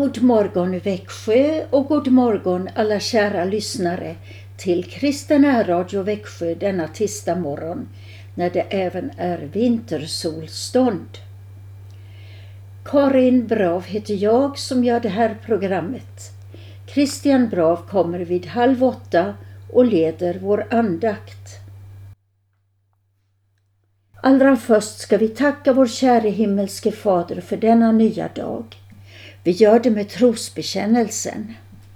God morgon Växjö och god morgon alla kära lyssnare till Kristina Radio Växjö denna tisdag morgon när det även är vintersolstånd. Karin Brav heter jag som gör det här programmet. Christian Brav kommer vid 7:30 och leder vår andakt. Allra först ska vi tacka vår käre himmelske fader för denna nya dag. Vi gör det med trosbekännelsen.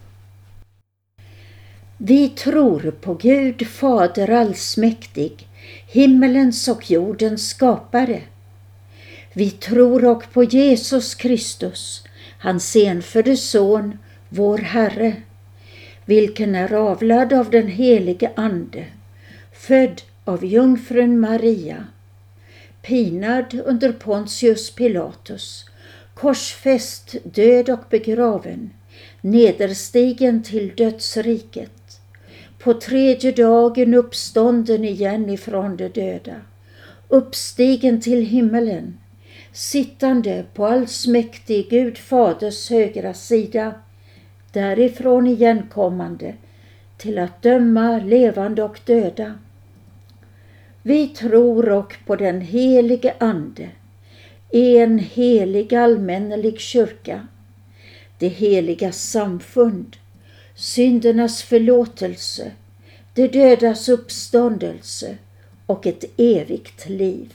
Vi tror på Gud, Fader allsmäktig, himmelens och jordens skapare. Vi tror och på Jesus Kristus, hans enfödde son, vår Herre, vilken är avlad av den helige Ande, född av jungfrun Maria, pinad under Pontius Pilatus, korsfäst, död och begraven, nederstigen till dödsriket, på tredje dagen uppstånden igen ifrån de döda, uppstigen till himmelen, sittande på allsmäktig Gud Faders högra sida, därifrån igenkommande till att döma levande och döda. Vi tror och på den helige Ande, en helig allmännelig kyrka, det heliga samfund, syndernas förlåtelse, det dödas uppståndelse och ett evigt liv.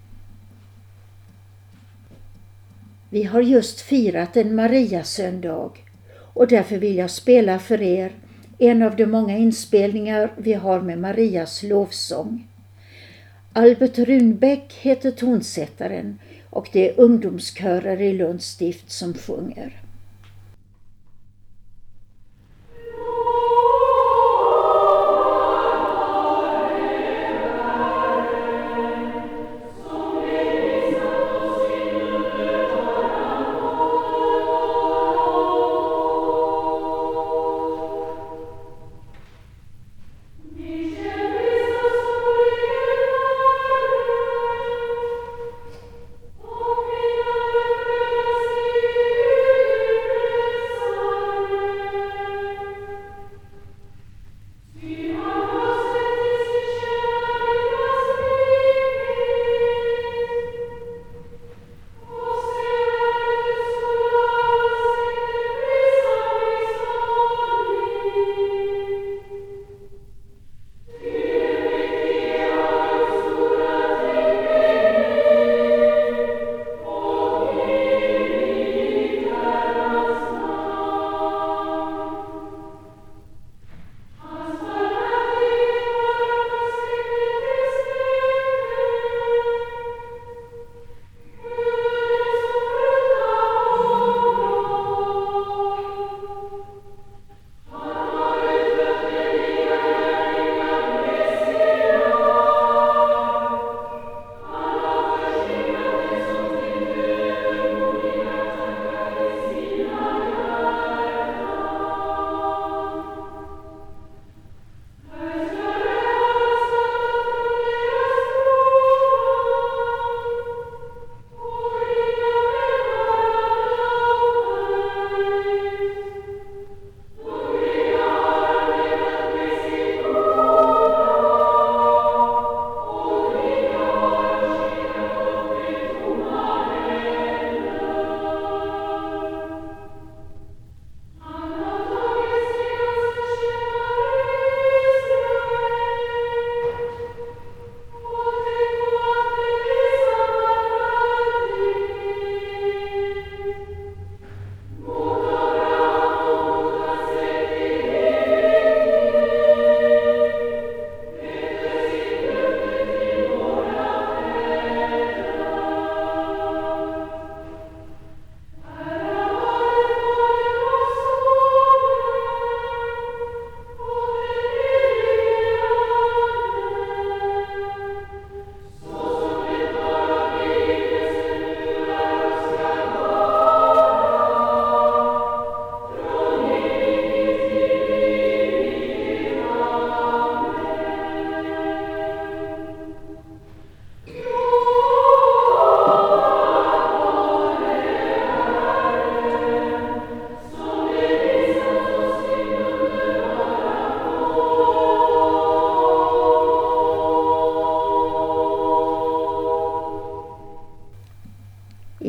Vi har just firat en Mariasöndag och därför vill jag spela för er en av de många inspelningar vi har med Marias lovsång. Albert Runbäck heter tonsättaren och det är ungdomskörer i Lunds stift som sjunger.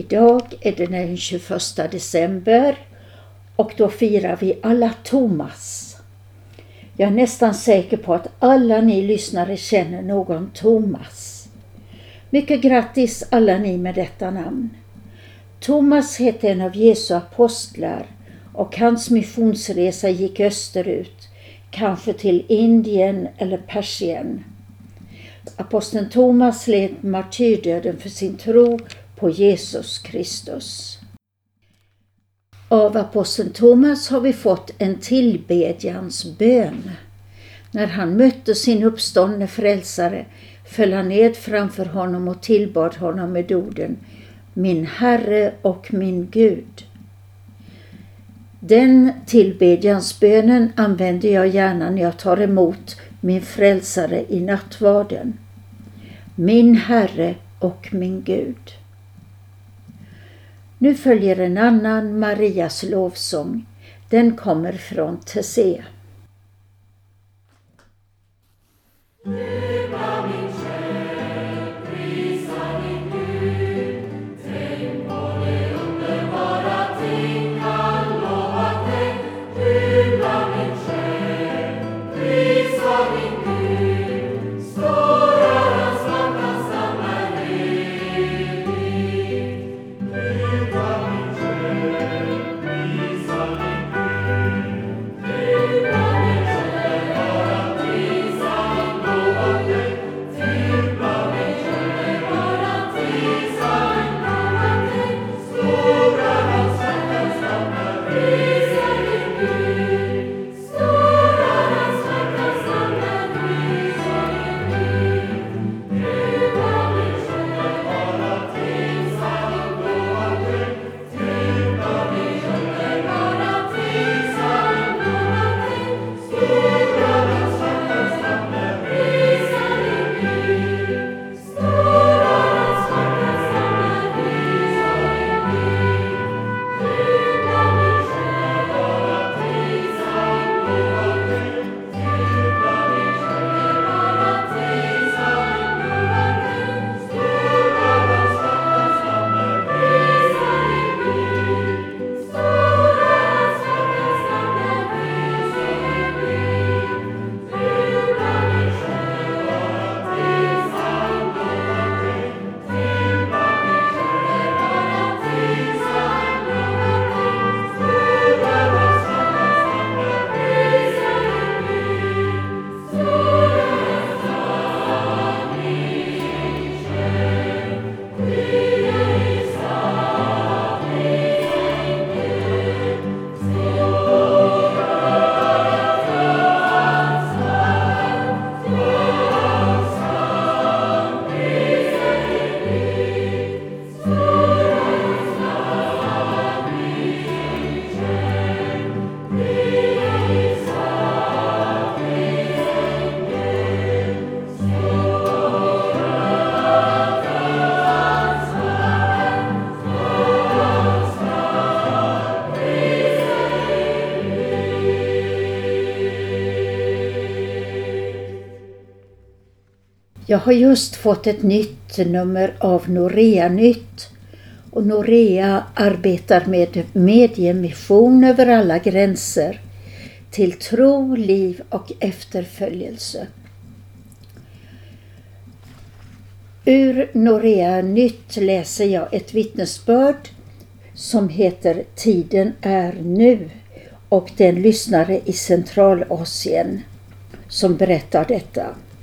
Idag är det den 21 december och då firar vi alla Thomas. Jag är nästan säker på att alla ni lyssnare känner någon Thomas. Mycket grattis alla ni med detta namn. Thomas hette en av Jesu apostlar och hans missionsresa gick österut, kanske till Indien eller Persien. Aposteln Thomas led martyrdöden för sin tro på Jesus Kristus. Av aposteln Thomas har vi fått en tillbedjansbön. När han mötte sin uppståndne frälsare föll han ned framför honom och tillbad honom med orden: min Herre och min Gud. Den tillbedjansbönen använder jag gärna när jag tar emot min frälsare i nattvarden. Min Herre och min Gud. Nu följer en annan Marias lovsång. Den kommer från Tessé. Jag har just fått ett nytt nummer av Norea Nytt och Norea arbetar med mediemission över alla gränser till tro, liv och efterföljelse. Ur Norea Nytt läser jag ett vittnesbörd som heter Tiden är nu och det är en lyssnare i Centralasien som berättar detta.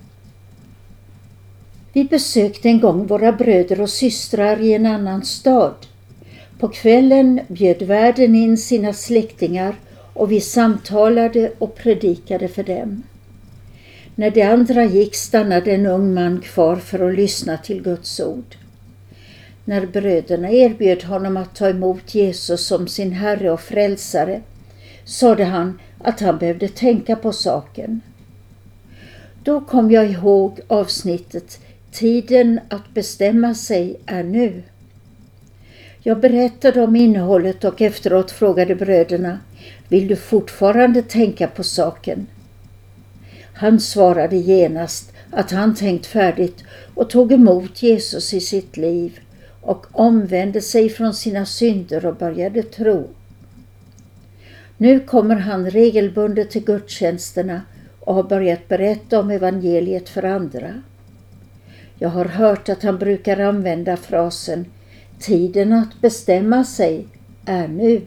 Vi besökte en gång våra bröder och systrar i en annan stad. På kvällen bjöd värden in sina släktingar och vi samtalade och predikade för dem. När de andra gick stannade en ung man kvar för att lyssna till Guds ord. När bröderna erbjöd honom att ta emot Jesus som sin Herre och frälsare sade han att han behövde tänka på saken. Då kom jag ihåg avsnittet Tiden att bestämma sig är nu. Jag berättade om innehållet och efteråt frågade bröderna: vill du fortfarande tänka på saken? Han svarade genast att han tänkt färdigt och tog emot Jesus i sitt liv och omvände sig från sina synder och började tro. Nu kommer han regelbundet till gudstjänsterna och har börjat berätta om evangeliet för andra. Jag har hört att han brukar använda frasen "Tiden att bestämma sig är nu".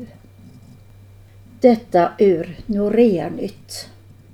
Detta ur Norea-nytt.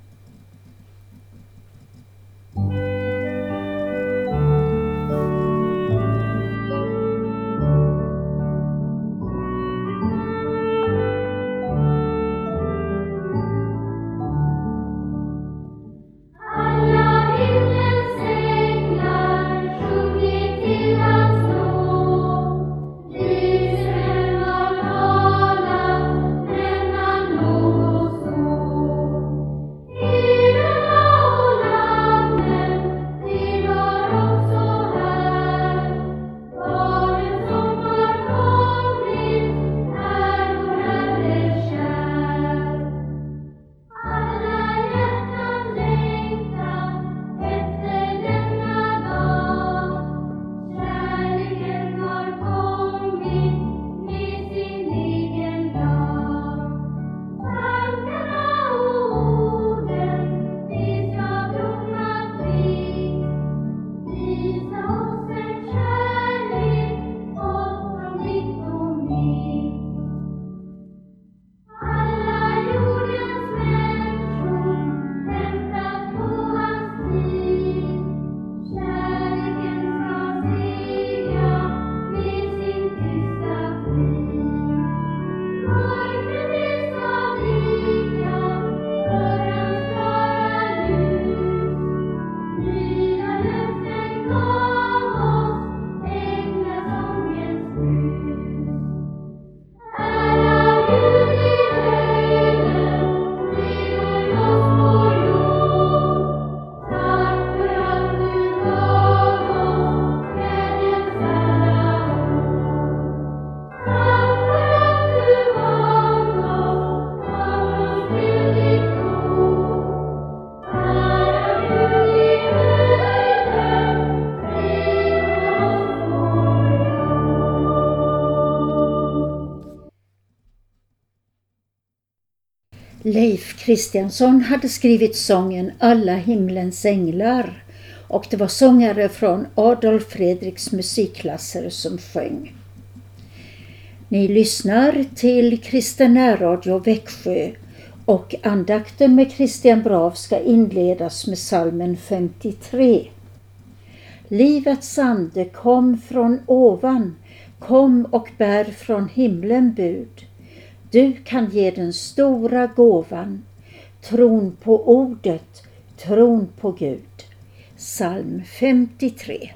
Leif Kristiansson hade skrivit sången Alla himlens änglar och det var sångare från Adolf Fredriks musikklasser som sjöng. Ni lyssnar till Kristen närradio Växjö och andakten med Christian Brav ska inledas med psalmen 53. Livets ande kom från ovan, kom och bär från himlen bud. Du kan ge den stora gåvan, tron på ordet, tron på Gud. Psalm 53.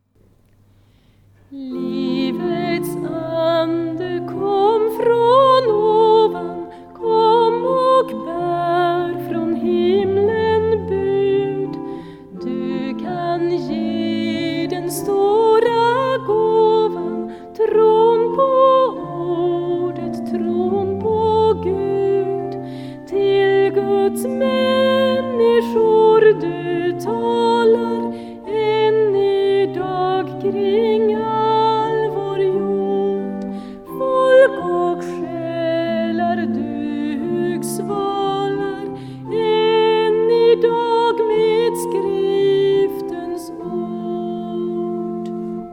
Livets ande kom från ovan, kom och bär från himlen bud. Du kan ge den stora gåvan, tron på ordet, tron på Gud. Till Guds människor du talar än idag kring all vår jord. Folk och själar du hugsvalar än idag med skriftens ord.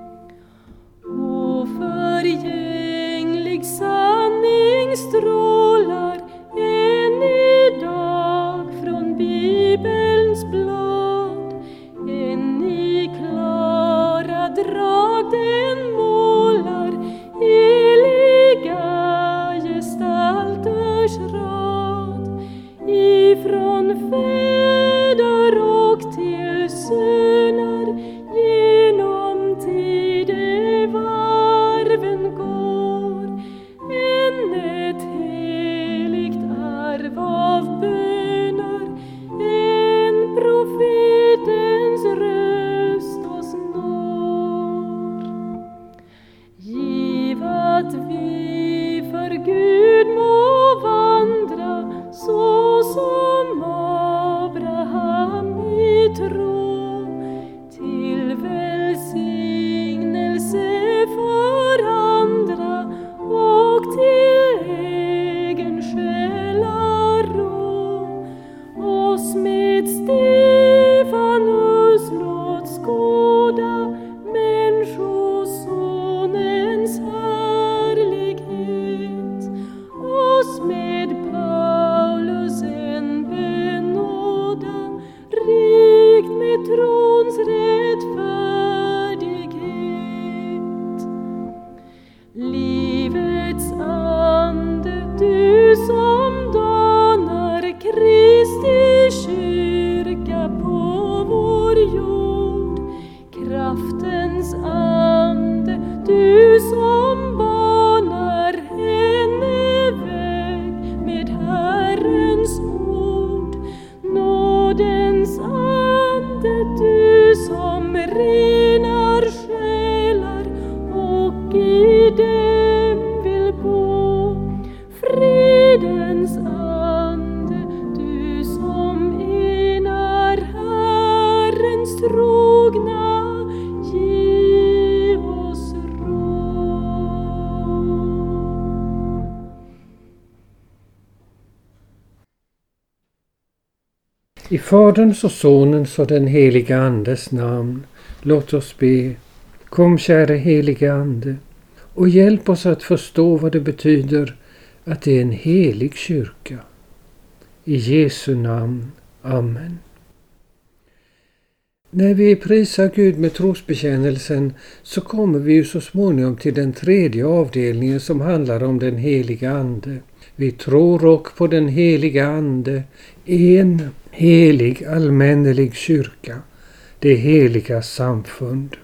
Och förgänglig sanning strålar än idag från renar själar och i dem vill bo. Fridens ande, du som enar Herrens trogna, ge oss ro. I Faderns och Sonens och den heliga Andes namn, låt oss be. Kom, käre heliga Ande, och hjälp oss att förstå vad det betyder att det är en helig kyrka. I Jesu namn. Amen. När vi prisar Gud med trosbekännelsen så kommer vi ju så småningom till den tredje avdelningen som handlar om den heliga Ande. Vi tror och på den heliga Ande, en helig allmännelig kyrka, det heliga samfund.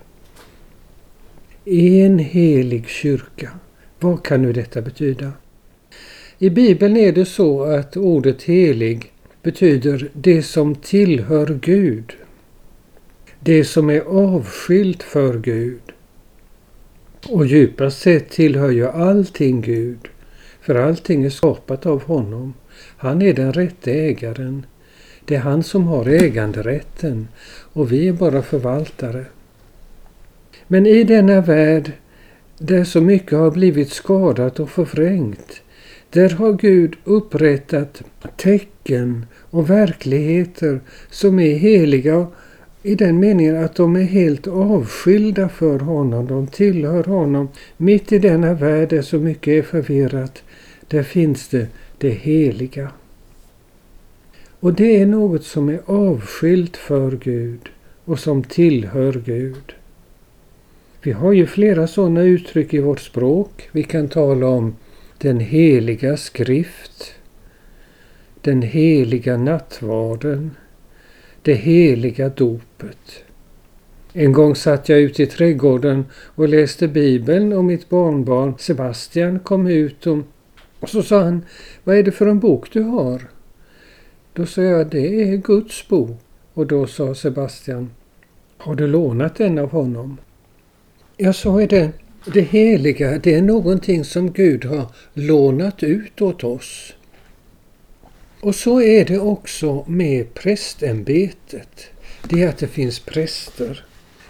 En helig kyrka. Vad kan nu detta betyda? I Bibeln är det så att ordet helig betyder det som tillhör Gud. Det som är avskilt för Gud. Och djupast sett tillhör ju allting Gud. För allting är skapat av honom. Han är den rätte ägaren. Det är han som har äganderätten. Och vi är bara förvaltare. Men i denna värld där så mycket har blivit skadat och förvrängt, där har Gud upprättat tecken och verkligheter som är heliga i den meningen att de är helt avskilda för honom. De tillhör honom. Mitt i denna värld där så mycket är förvirrat, där finns det heliga. Och det är något som är avskilt för Gud och som tillhör Gud. Vi har ju flera sådana uttryck i vårt språk. Vi kan tala om den heliga skrift, den heliga nattvarden, det heliga dopet. En gång satt jag ute i trädgården och läste Bibeln och mitt barnbarn Sebastian kom ut och så sa han, vad är det för en bok du har? Då sa jag, det är Guds bok. Och då sa Sebastian, har du lånat den av honom? Jag sa, det heliga, det är någonting som Gud har lånat ut åt oss. Och så är det också med prästämbetet. Det är att det finns präster.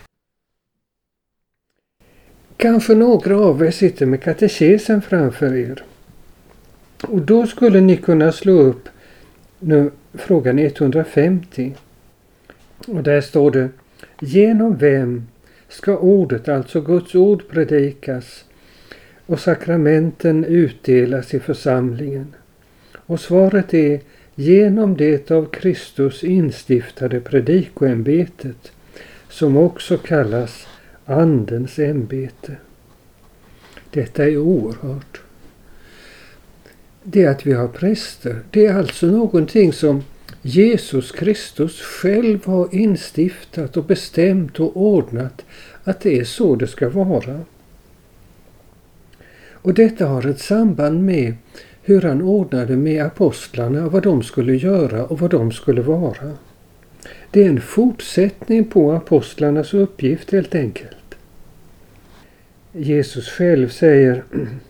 Kanske några av er sitter med katekesen framför er. Och då skulle ni kunna slå upp nu frågan 150. Och där står det, genom vem ska ordet, alltså Guds ord, predikas och sakramenten utdelas i församlingen? Och svaret är, genom det av Kristus instiftade predikoämbetet, som också kallas Andens ämbete. Detta är oerhört. Det att vi har präster, det är alltså någonting som Jesus Kristus själv har instiftat och bestämt och ordnat att det är så det ska vara. Och detta har ett samband med hur han ordnade med apostlarna, vad de skulle göra och vad de skulle vara. Det är en fortsättning på apostlarnas uppgift helt enkelt. Jesus själv säger,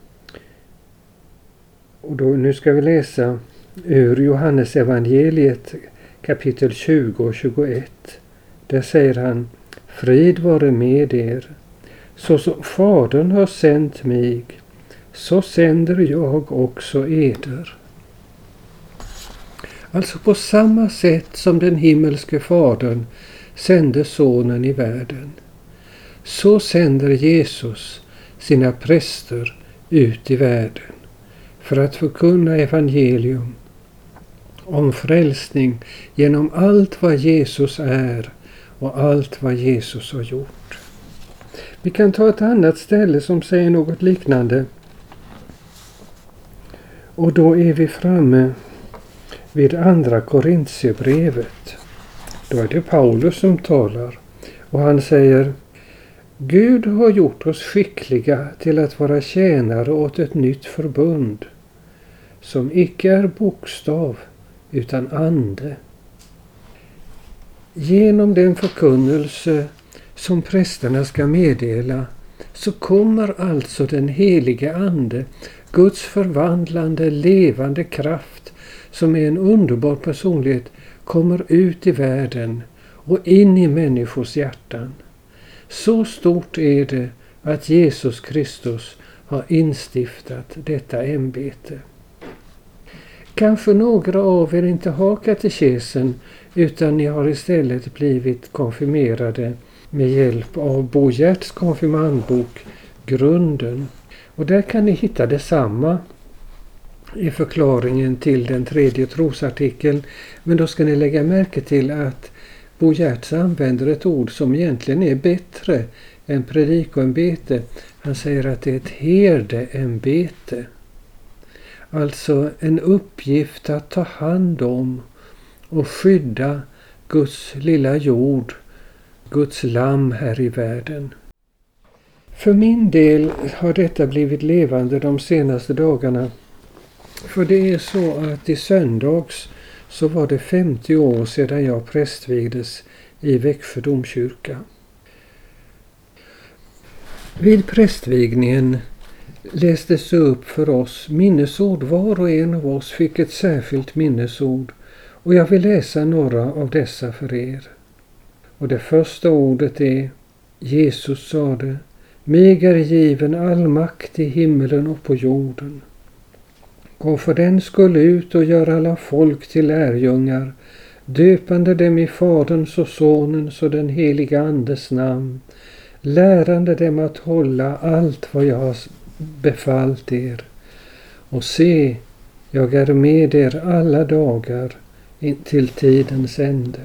och då, nu ska vi läsa ur Johannes evangeliet kapitel 20 och 21. Där säger han, frid vare med er, så som Fadern har sänt mig, så sänder jag också eder. Alltså på samma sätt som den himmelske Fadern sände sonen i världen, så sänder Jesus sina präster ut i världen för att förkunna evangelium om frälsning genom allt vad Jesus är och allt vad Jesus har gjort. Vi kan ta ett annat ställe som säger något liknande. Och då är vi framme vid andra Korintierbrevet. Då är det Paulus som talar. Och han säger, Gud har gjort oss skickliga till att vara tjänare åt ett nytt förbund, som icke är bokstav utan ande. Genom den förkunnelse som prästerna ska meddela, så kommer alltså den helige Ande, Guds förvandlande, levande kraft, som är en underbar personlighet, kommer ut i världen och in i människors hjärtan. Så stort är det att Jesus Kristus har instiftat detta ämbete. Kanske några av er inte har katekesen, utan ni har istället blivit konfirmerade med hjälp av Bo Giertz konfirmandbok Grunden. Och där kan ni hitta detsamma i förklaringen till den 3:e trosartikeln. Men då ska ni lägga märke till att Bo Giertz använder ett ord som egentligen är bättre än predikoämbete. Han säger att det är ett herdeämbete. Alltså en uppgift att ta hand om och skydda Guds lilla jord, Guds lamm här i världen. För min del har detta blivit levande de senaste dagarna. För det är så att i söndags så var det 50 år sedan jag prästvigdes i Växjö domkyrka. Vid prästvigningen lästes upp för oss minnesord. Var och en av oss fick ett särskilt minnesord. Och jag vill läsa några av dessa för er. Och det första ordet är: Jesus sade: mig är given all makt i himmelen och på jorden. Gå för den skull ut och gör alla folk till lärjungar, döpande dem i Faderns och Sonens och den heliga Andes namn, lärande dem att hålla allt vad jag har befallt er. Och se, jag är med er alla dagar till tidens ände.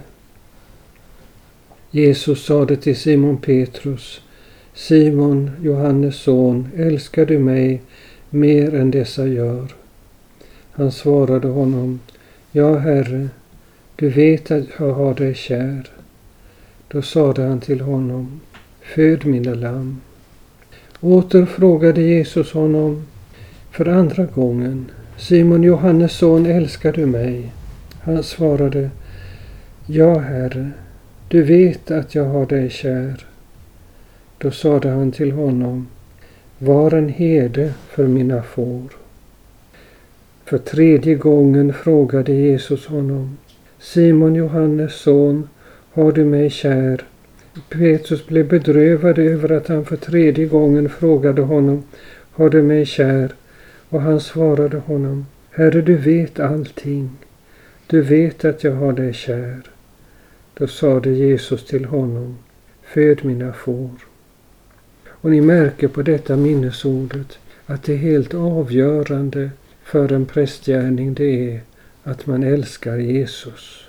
Jesus sade till Simon Petrus: Simon, Johannes son, älskar du mig mer än dessa gör? Han svarade honom: ja, Herre, du vet att jag har dig kär. Då sade han till honom: föd mina lamm. Åter frågade Jesus honom för andra gången: Simon, Johannes son, älskar du mig? Han svarade: ja, Herre, du vet att jag har dig kär. Då sade han till honom: var en herde för mina får. För 3:e gången frågade Jesus honom: Simon, Johannes son, har du mig kär? Petrus blev bedrövad över att han för 3:e gången frågade honom: har du mig kär? Och han svarade honom: Herre, du vet allting. Du vet att jag har dig kär. Då sade Jesus till honom: föd mina får. Och ni märker på detta minnesordet att det är helt avgörande för en prästgärning, det är att man älskar Jesus.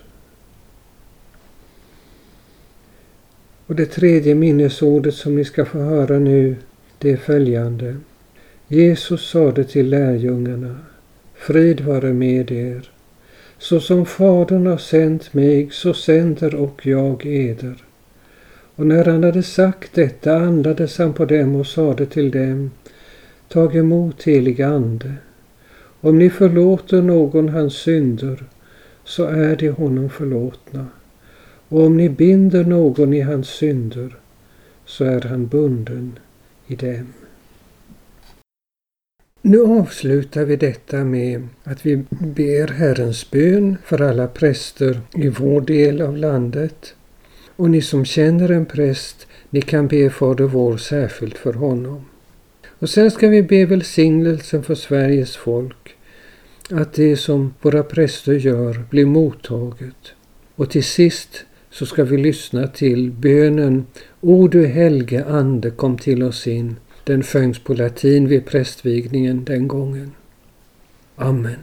Och det 3:e minnesordet som ni ska få höra nu, det är följande. Jesus sade till lärjungarna: frid vare med er. Så som Fadern har sänt mig, så sänder och jag eder. Och när han hade sagt detta andades han på dem och sade till dem: tag emot helig ande. Om ni förlåter någon hans synder, så är de honom förlåtna. Och om ni binder någon i hans synder, så är han bunden i dem. Nu avslutar vi detta med att vi ber Herrens bön för alla präster i vår del av landet. Och ni som känner en präst, ni kan be Fader vår särskilt för honom. Och sen ska vi be välsignelsen för Sveriges folk, att det som våra präster gör blir mottaget. Och till sist så ska vi lyssna till bönen O du helge ande, kom till oss in. Den sjöngs på latin vid prästvigningen den gången. Amen.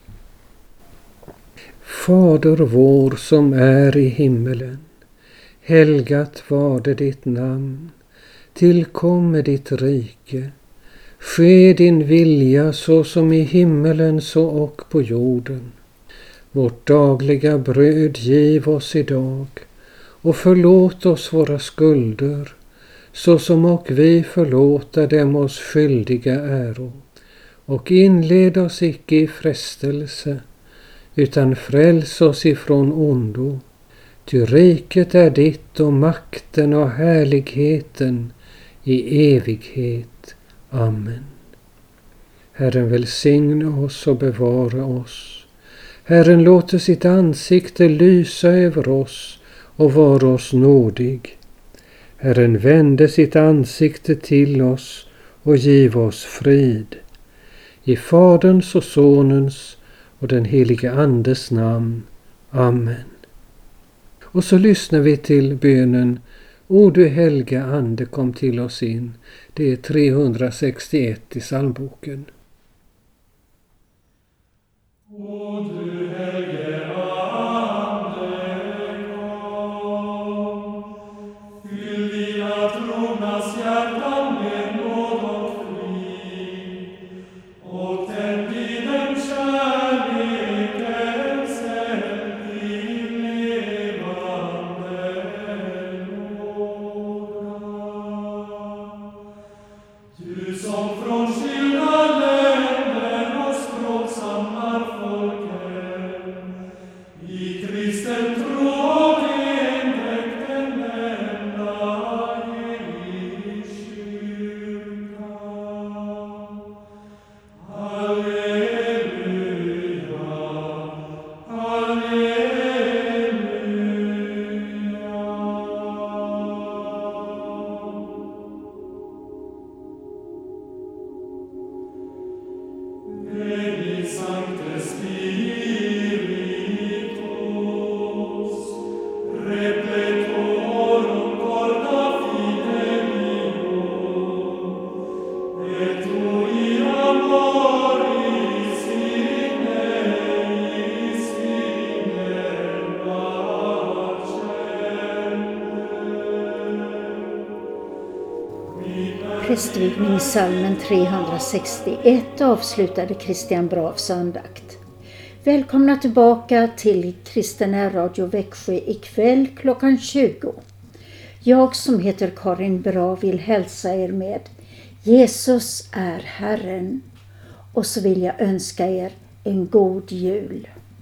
Fader vår som är i himmelen, helgat varde ditt namn, tillkomme ditt rike. Ske din vilja så som i himmelen så och på jorden. Vårt dagliga bröd giv oss idag och förlåt oss våra skulder så som och vi förlåta dem oss skyldiga äro. Och inled oss icke i frestelse utan fräls oss ifrån ondo. Ty riket är ditt och makten och härligheten i evighet. Amen. Herren välsigne oss och bevara oss. Herren låter sitt ansikte lysa över oss och vara oss nådig. Herren vände sitt ansikte till oss och giv oss frid. I Faderns och Sonens och den helige Andes namn. Amen. Och så lyssnar vi till bönen O du helga Ande, kom till oss in. Det är 361 i psalmboken. O du helge Ande, kom. Fyll dina trognas hjärtan med nåd och frid, och tänd i dem kärlekens eld till levande låga. Du som från skilda länder och språk samlar folken i kristen tro och endräkt en enda helig kyrka. Halleluja, halleluja. Veni Sancte Spiritus, repletorum corda fidelio, et tui amoris in eis inervacende. Prästvigningssalmen 361 avslutade Christian Bravs andakt. Välkomna tillbaka till Kristen Radio Växjö ikväll klockan 20. Jag som heter Karin Brav vill hälsa er med Jesus är Herren. Och så vill jag önska er en god jul.